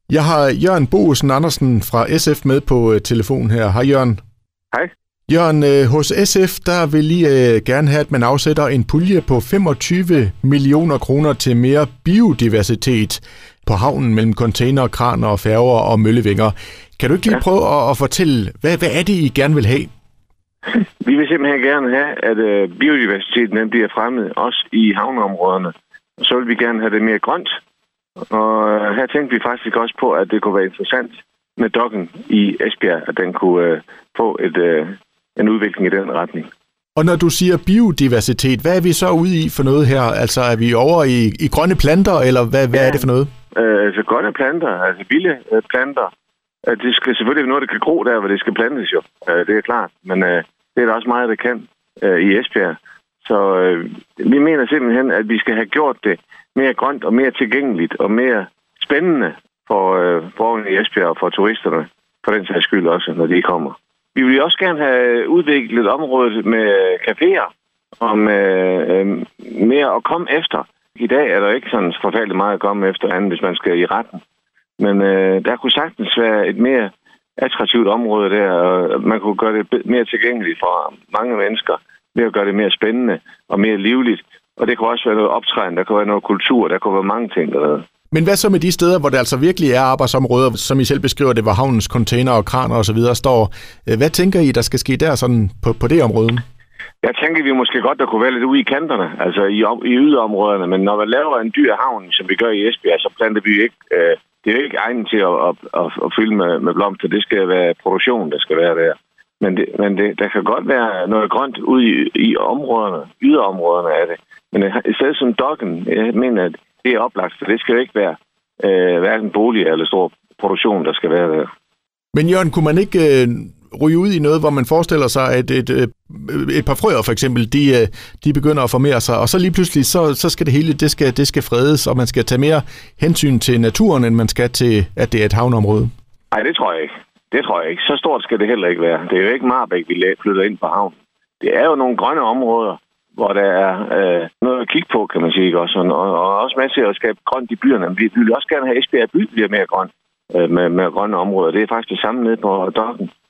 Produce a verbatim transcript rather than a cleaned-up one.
Jeg har Jørgen Boesen Andersen fra S F med på telefon her. Hej Jørgen. Hej. Jørgen, hos S F, der vil I uh, gerne have, at man afsætter en pulje på femogtyve millioner kroner til mere biodiversitet på havnen mellem container, kraner, og færger og møllevinger. Kan du ikke lige ja. prøve at, at fortælle, hvad, hvad er det, I gerne vil have? Vi vil simpelthen gerne have, at uh, biodiversiteten den bliver fremmet, også i havneområderne. Så vil vi gerne have det mere grønt. Og uh, her tænkte vi faktisk også på, at det kunne være interessant med dokken i Esbjerg, at den kunne uh, få et, uh, en udvikling i den retning. Og når du siger biodiversitet, hvad er vi så ude i for noget her? Altså er vi over i, i grønne planter, eller hvad, hvad ja, er det for noget? Øh, altså grønne planter, altså vilde øh, planter. Øh, det skal selvfølgelig være noget, der kan gro der, hvor det skal plantes jo. Øh, det er klart, men øh, det er der også meget, der kan øh, i Esbjerg. Så øh, vi mener simpelthen, at vi skal have gjort det mere grønt og mere tilgængeligt og mere spændende for øh, borgerne i Esbjerg og for turisterne, for den sags skyld også, når de kommer. Vi vil også gerne have udviklet området med caféer og med øh, mere at komme efter. I dag er der ikke sådan forfærdeligt meget at komme efter andet, hvis man skal i retten. Men øh, der kunne sagtens være et mere attraktivt område der, og man kunne gøre det mere tilgængeligt for mange mennesker ved at gøre det mere spændende og mere livligt. Og det kunne også være noget optræden, der kunne være noget kultur, der kunne være mange ting der. Men hvad så med de steder, hvor der altså virkelig er arbejdsområder, som I selv beskriver det, hvor havnens container og kraner og så videre står? Hvad tænker I, der skal ske der sådan på, på det område? Jeg tænker, vi måske godt, der kunne være lidt ude i kanterne, altså i, i yderområderne. Men når man laver en dyr havn, som vi gør i Esbjerg, så planter vi ikke... Øh, det er jo ikke egnet til at, at, at, at fylde med, med blomster. Det skal være produktion, der skal være der. Men, det, men det, der kan godt være noget grønt ude i, i områderne, yderområderne af det. Men i stedet som dokken, jeg mener, at det er oplagt, for det skal jo ikke være øh, hverken bolig eller stor produktion, der skal være der. Men Jørgen, kunne man ikke øh, ryge ud i noget, hvor man forestiller sig, at et, et, et par frøer for eksempel, de, de begynder at formere sig, og så lige pludselig, så, så skal det hele, det skal, det skal fredes, og man skal tage mere hensyn til naturen, end man skal til, at det er et havneområde? Nej, det tror jeg ikke. Det tror jeg ikke. Så stort skal det heller ikke være. Det er jo ikke Marbæk, vi flytter ind på havnen. Det er jo nogle grønne områder, hvor der er øh, noget at kigge på, kan man sige, også, og, og også med til at skabe grønt i byerne. Vi vil også gerne have, at Esbjerg by bliver mere grøn øh, med, med grønne områder. Det er faktisk det samme nede på dokken.